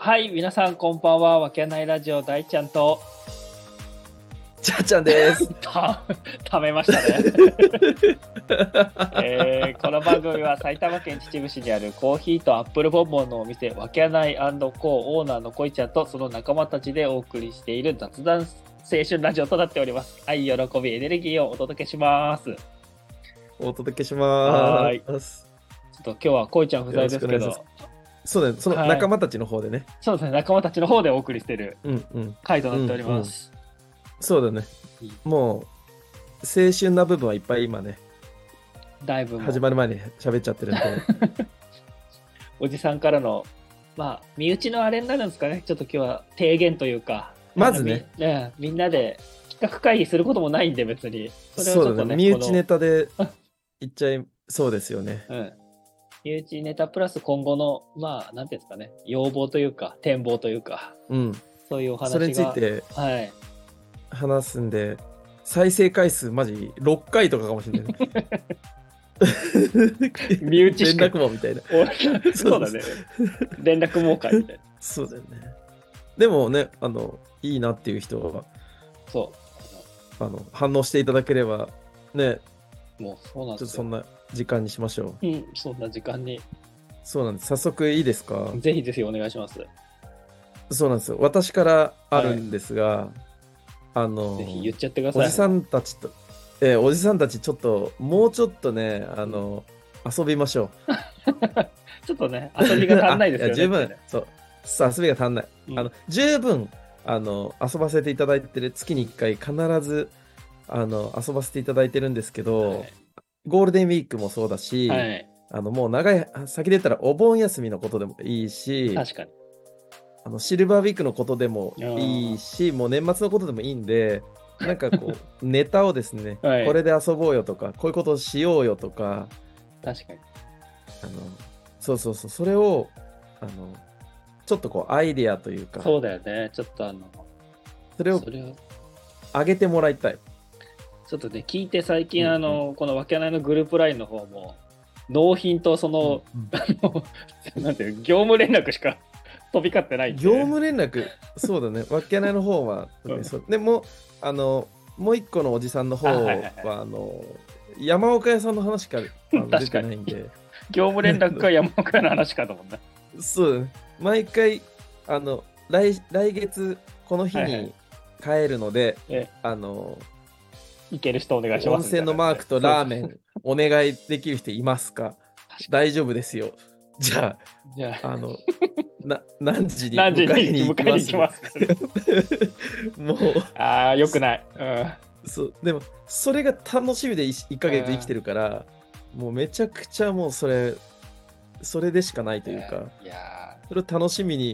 はい、皆さんこんばんは。わけないラジオ大ちゃんとちゃちゃんです。 ためましたね、この番組は埼玉県秩父市にあるコーヒーとアップルボンボンのお店わけない&コーオーナーのこいちゃんとその仲間たちでお送りしている雑談青春ラジオとなっております。愛、喜び、エネルギーをお届けします。 お届けします。 ちょっと今日はこいちゃん不在ですけど、 そうだね、その仲間たちの方でね、 そうですね、仲間たちの方でお送りしている回となっております。 そうだね、もう青春な部分はいっぱい今ね、 だいぶ始まる前に喋っちゃってるんでおじさんからのまあ身内のあれになるんですかね。ちょっと今日は提言というか、 まずね、 みんなで企画会議することもないんで別にそれをちょっとね、身内ネタで言っちゃいそうですよね。 身内ネタプラス今後のまあなんていうんですかね、要望というか展望というか、そういうお話がそれについて話すんで、再生回数マジ6回とかかもしれない身内しか連絡網みたいなそうだね連絡網会みたいなそうだよね。でもね、いいなっていう人は反応していただければね、 もうそうなんですよ。 ちょっとそんな時間にしましょう。そんな時間に。 そうなんです。早速いいですか？ ぜひぜひお願いします。 そうなんですよ。私からあるんですが、 ぜひ言っちゃってください。 おじさんたちちょっともうちょっとね、遊びましょう。 ちょっとね、遊びが足んないですよね。 十分、遊びが足んない。十分遊ばせていただいてる、月に1回必ず遊ばせていただいてるんですけど、ゴールデンウィークもそうだし、もう長い先で言ったらお盆休みのことでもいいし、 確かにシルバーウィークのことでもいいし、もう年末のことでもいいんで、なんかこうネタをですね、これで遊ぼうよとか、こういうことをしようよとか、 確かにそれをちょっとこうアイデアというか、 そうだよね、ちょっとそれを上げてもらいたい。 ちょっとね、聞いて最近このわけないのグループラインの方も納品とその、なんていう業務連絡しか飛び交ってないんで。 業務連絡、そうだね、わけないの方は、でももう一個のおじさんの方は山岡屋さんの話しか出てないんで業務連絡か山岡屋の話かと思ったそうだね、毎回来月この日に帰るので、 行ける人お願いします。 温泉のマークとラーメンお願いできる人いますか？大丈夫ですよ。じゃあ何時に迎えに行きますもうよくない、 そうでもそれが楽しみで 1ヶ月生きてるから、もうめちゃくちゃもうそれでしかないというか、それを楽しみに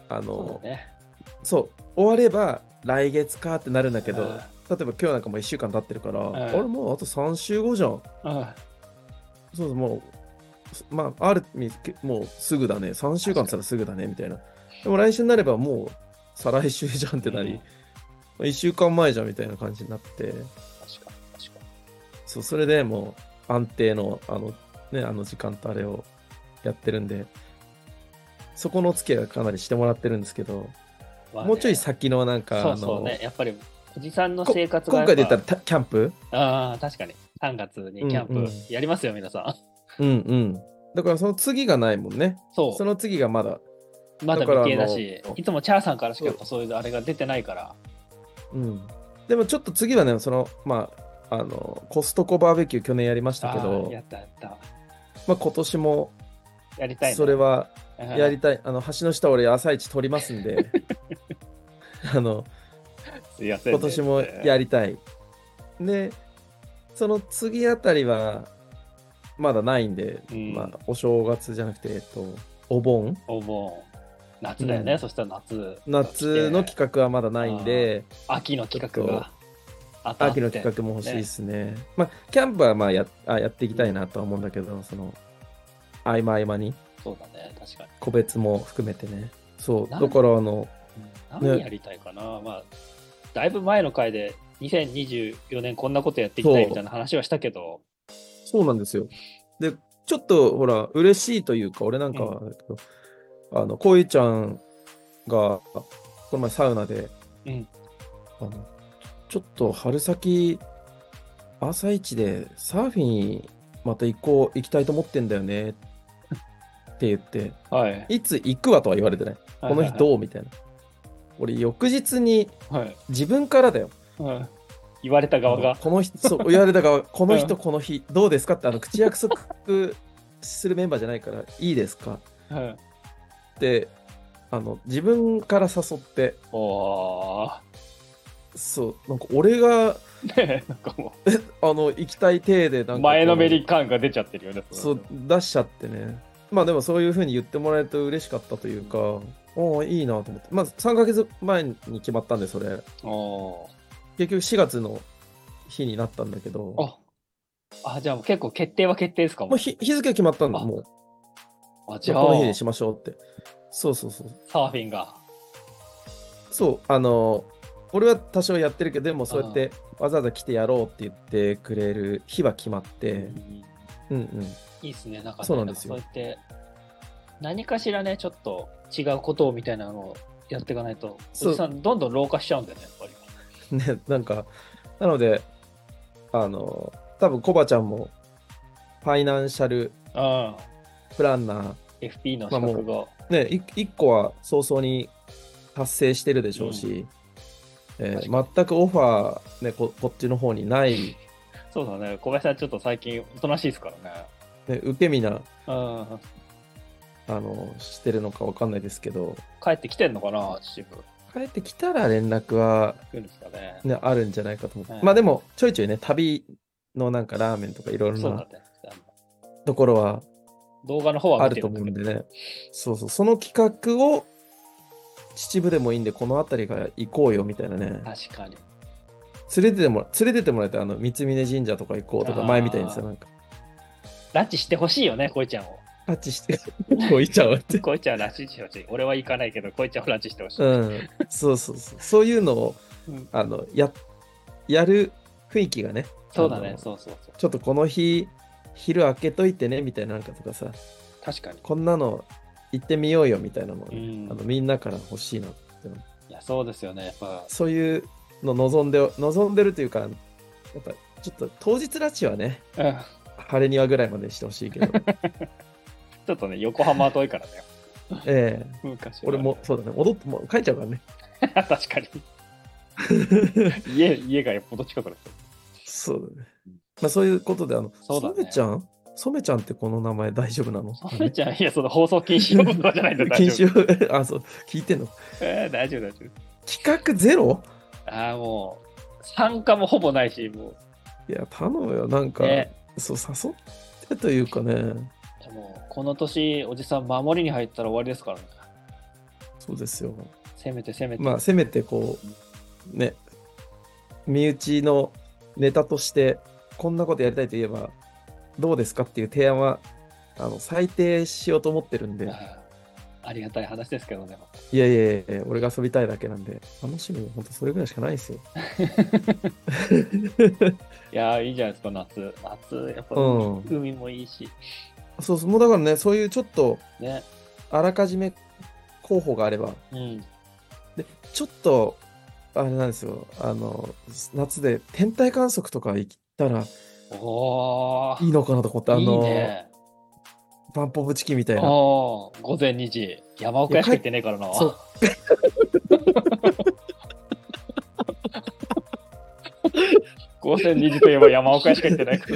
終われば来月かってなるんだけど、例えば今日なんかもう1週間経ってるから、あれもうあと3週後じゃん。そうもうまあある意味もうすぐだね、3週間したらすぐだねみたいな。でも来週になればもう再来週じゃんってなり、1週間前じゃんみたいな感じになって、確かにそれでもう安定の時間とあれをやってるんで、そこのお付き合いはかなりしてもらってるんですけど、もうちょい先のなんかそうね、やっぱりおじさんの生活が今回で言ったらキャンプ、 確かに3月にキャンプやりますよ、皆さん。 だからその次がないもんね。その次がまだ未定だし、いつもチャーさんからしかそういうあれが出てないから。 でもちょっと次はね、コストコバーベキュー去年やりましたけど、 やった。 今年もやりたい、 それはやりたい。橋の下俺朝一取りますんで今年もやりたい。でその次あたりはまだないんで、お正月じゃなくてお盆夏だよね、そしたら夏の企画はまだないんで、 秋の企画が秋の企画も欲しいですね。キャンプはやっていきたいなとは思うんだけど、その合間に、 そうだね、確かに個別も含めてね。そうだから何やりたいかな、だいぶ前の回で2024年こんなことやっていきたいみたいな話はしたけど、 そうなんですよ。でちょっとほら嬉しいというか、俺なんかは、こういうちゃんが、この前サウナで、 うん。 あの、ちょっと春先、朝一でサーフィンまた行きたいと思ってんだよねって言って、 はい。 いつ行くわとは言われてない。この日はいはいはい。 どうみたいな。俺、翌日にはい。 自分からだよ。 うん。言われた側が。 この日、そう言われたが、この人、 うん。 この日、どうですかって、口約束するメンバーじゃないから、いいですかうん。 って、自分から誘って、 おー。 そう、なんか俺が、 ね、なんかも行きたい体で、なう、 んか前のめり感が出ちゃってるよね、 そう、出しちゃってね。まあでもそういうふうに言ってもらえると嬉しかったというか、おお、いいなと思って。まあ3ヶ月前に決まったんで、それ。 おー。 結局4月の日になったんだけど、 じゃあもう結構決定は決定ですかも。 もう日付決まったんだ、もう。 じゃあ、 この日にしましょうって。そうそうそう。 サーフィンが。 そう、俺は多少やってるけど、でもそうやってわざわざ来てやろうって言ってくれる日は決まって、うんうん。 いいですね、なんかね、 そうなんですよ。 そうやって、何かしらね、ちょっと違うことをみたいなのをやっていかないと、おじさんどんどん老化しちゃうんだよね、やっぱり。ね、なんか、なので、多分コバちゃんも、ファイナンシャルプランナー、 FP の資格が。 ね、1個は早々に達成してるでしょうし、全くオファー、ね、こっちの方にない。 そうだね、小林さんちょっと最近おとなしいですからね。 ね、受け身な、 うんしてるのかわかんないですけど、 帰ってきてんのかな、秩父。 帰ってきたら連絡は、 来るんですかね。 ね、あるんじゃないかと思って。まあでも、ちょいちょいね、旅のなんかラーメンとかいろいろなところは、 動画の方はあると思うんでね。そうそう、その企画を秩父でもいいんで、この辺りから行こうよみたいなね。 確かに。 連れてってもらえて、三峯神社とか行こうとか、前みたいにさ、なんか。 拉致してほしいよね、こいちゃんを。 拉致して、こいちゃんはって。 こいちゃん拉致してほしい。俺は行かないけど、こいちゃんを拉致してほしい。 うん。そうそうそう。そういうのを、やる雰囲気がね。 そうだね、そうそうそう。 ちょっとこの日、昼開けといてね、みたいななんかとかさ。 確かに。 こんなの行ってみようよみたいなのを、ね、みんなから欲しいなって。 いや、そうですよね。やっぱそういうの望んでるというか、やっぱちょっと当日拉致はね、晴れ庭ぐらいまでしてほしいけど。 ちょっとね、横浜は遠いからね。 俺もそうだね、戻ってもう帰っちゃうからね。 確かに。家がよっぽど近くなっちゃう。 そうだね。まあそういうことで、 そうだね。 染ちゃんってこの名前大丈夫なの？ 染ちゃん、いや、その放送禁止用語とかじゃないんだよ。 禁止用語、あ、そう、聞いてんの？ 大丈夫、大丈夫。 企画ゼロ？ もう、参加もほぼないし、もう。いや、頼むよ、なんか、そう、誘ってというかね。 もう、この年、おじさん、守りに入ったら終わりですからね。 そうですよ。 せめて。 まあ、せめてこう、ね、身内のネタとして、こんなことやりたいといえば、どうですかっていう提案は、最低しようと思ってるんで。 ありがたい話ですけどね。 いや、俺が遊びたいだけなんで、楽しみは本当それぐらいしかないですよ。 いやいいじゃないですか、夏、やっぱ海もいいし。 そうそう、もうだからね、そういうちょっと、 ね、 あらかじめ候補があれば、で、ちょっと、あれなんですよ、夏で天体観測とか行ったら、いいのかなと思って、 いいね。 バンポブチキンみたいな。 午前2時。山岡屋しか行ってねえからな。そう。午前2時といえば山岡屋しか行ってないから。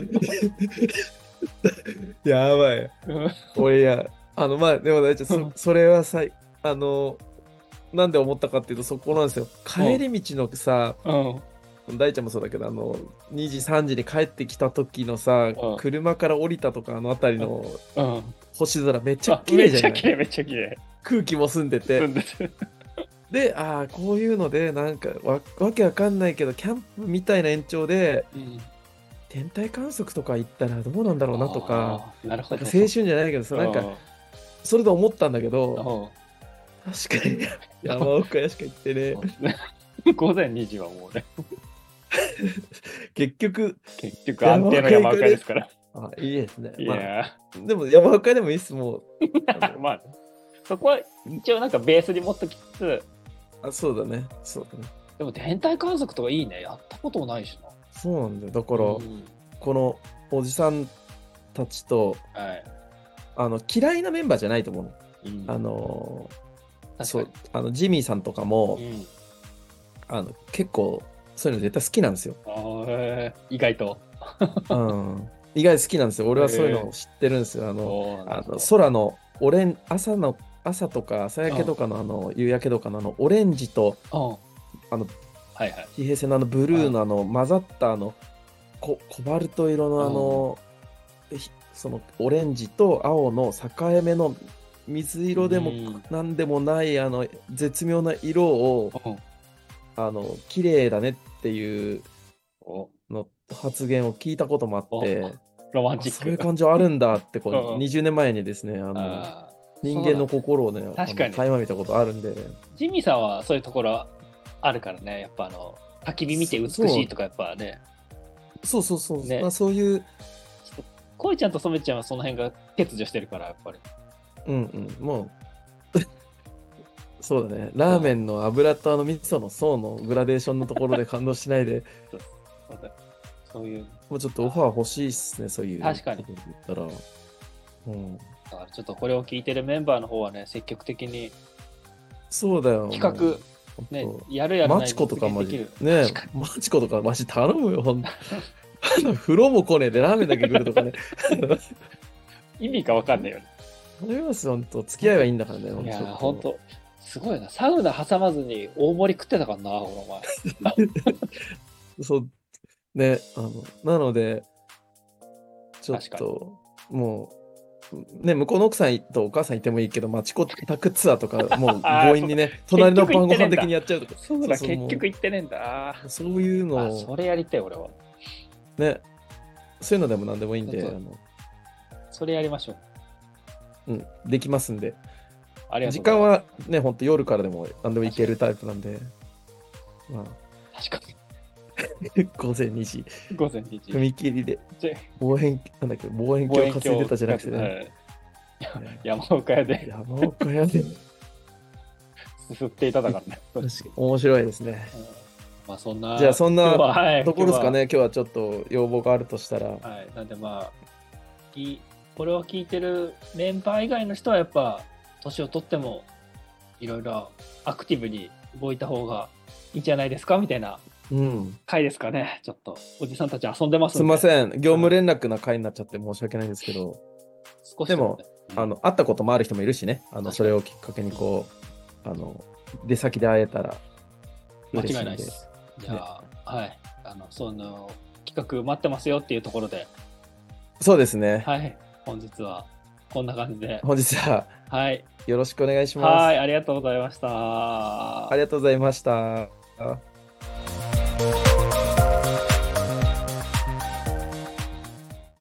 やばい。俺まあ、でも大丈夫。それはさ、なんで思ったかっていうと、そこなんですよ。帰り道のさ、大ちゃんもそうだけど、2時、3時に帰ってきた時のさ、車から降りたとか、辺りの星空、めっちゃ綺麗じゃない？ めっちゃ綺麗。 空気も澄んでて。で、こういうので、なんかわけわかんないけど、キャンプみたいな延長で、天体観測とか行ったらどうなんだろうなとか、 なるほど。 青春じゃないけどさ、なんか、それで思ったんだけど、確かに山岡屋しか行ってね。 午前2時はもうね。 結局安定の山岡屋ですから。 いいですね。 いや、 でも山岡屋でもいいっす、もう。 まあ、 そこは一応なんかベースに持っときつつ、 そうだね。そうだね。 でも天体観測とかいいね。やったこともないしな。 そうなんだよ。だから、 うん、 このおじさんたちと、 はい、 嫌いなメンバーじゃないと思うの。 うん、 そう、ジミーさんとかも、結構、そういうの絶対好きなんですよ。 意外と。 うん。意外と好きなんですよ。俺はそういうのを知ってるんですよ。空の朝とか朝焼けとかの夕焼けとかのオレンジと、 はいはい、 地平線のブルーの混ざったコバルト色のそのオレンジと青の境目の水色でもなんでもない絶妙な色を綺麗だねっていうの発言を聞いたこともあって、 ロマンチック。 そういう感情あるんだって20年前にですね、人間の心をね、垣間見たことあるんで。 ジミーさんはそういうところあるからね、やっぱ焚き火見て美しいとかやっぱね。 そうそうそう、ね、まあ、そういう。 こいちゃんと染ちゃんはその辺が欠如してるから、やっぱり。 もうそうだね、ラーメンの油と味噌の層のグラデーションのところで感動しないでそういうもうちょっとオファー欲しいっすね、そういう。 確かに。 だから、 だからちょっとこれを聞いてるメンバーの方はね、積極的にそうだよ企画ね、やるやらないマチコとかマジね、マチコとかマジ頼むよ、ほんと。風呂も来ねえでラーメンだけ来るとかね。 意味か分かんないよね。 頼みます、ほんと。付き合いはいいんだからね。 いや、ほんと。すごいな。サウナ挟まずに大盛り食ってたからな、この前。 そうね、なので、ちょっと、もう、ね、向こうの奥さんとお母さんいてもいいけど、マチコ宅ツアーとか、もう強引にね、隣の晩ご飯的にやっちゃうとか。 そうだ、結局行ってねえんだ。 そういうのを。 それやりたい、俺は。 ね、そういうのでも何でもいいんで、 それやりましょう。できますんで。 ありがとう時間はね、ほんと夜からでも何でも行けるタイプなんで。まあ、確かに。 午前2時。 午前2時。 踏切で。望遠鏡担いでたじゃなくてね。 山岡屋で。 山岡屋で。 すすっていただからね。 確かに。面白いですね。 まあそんな。 じゃあそんなところですかね。今日はちょっと要望があるとしたら。 はい。なんでまあ、これを聞いてるメンバー以外の人はやっぱ、年を取ってもいろいろアクティブに動いた方がいいんじゃないですかみたいな回ですかね。ちょっとおじさんたち遊んでますんで。 すみません、業務連絡な回になっちゃって申し訳ないんですけど、でも会ったこともある人もいるしね、それをきっかけに出先で会えたら嬉しいんで。間違いないです。じゃあ、はい、その企画待ってますよっていうところで。そうですね。はい、本日はこんな感じで。本日は、はい、よろしくお願いします。はい、ありがとうございました。ありがとうございました。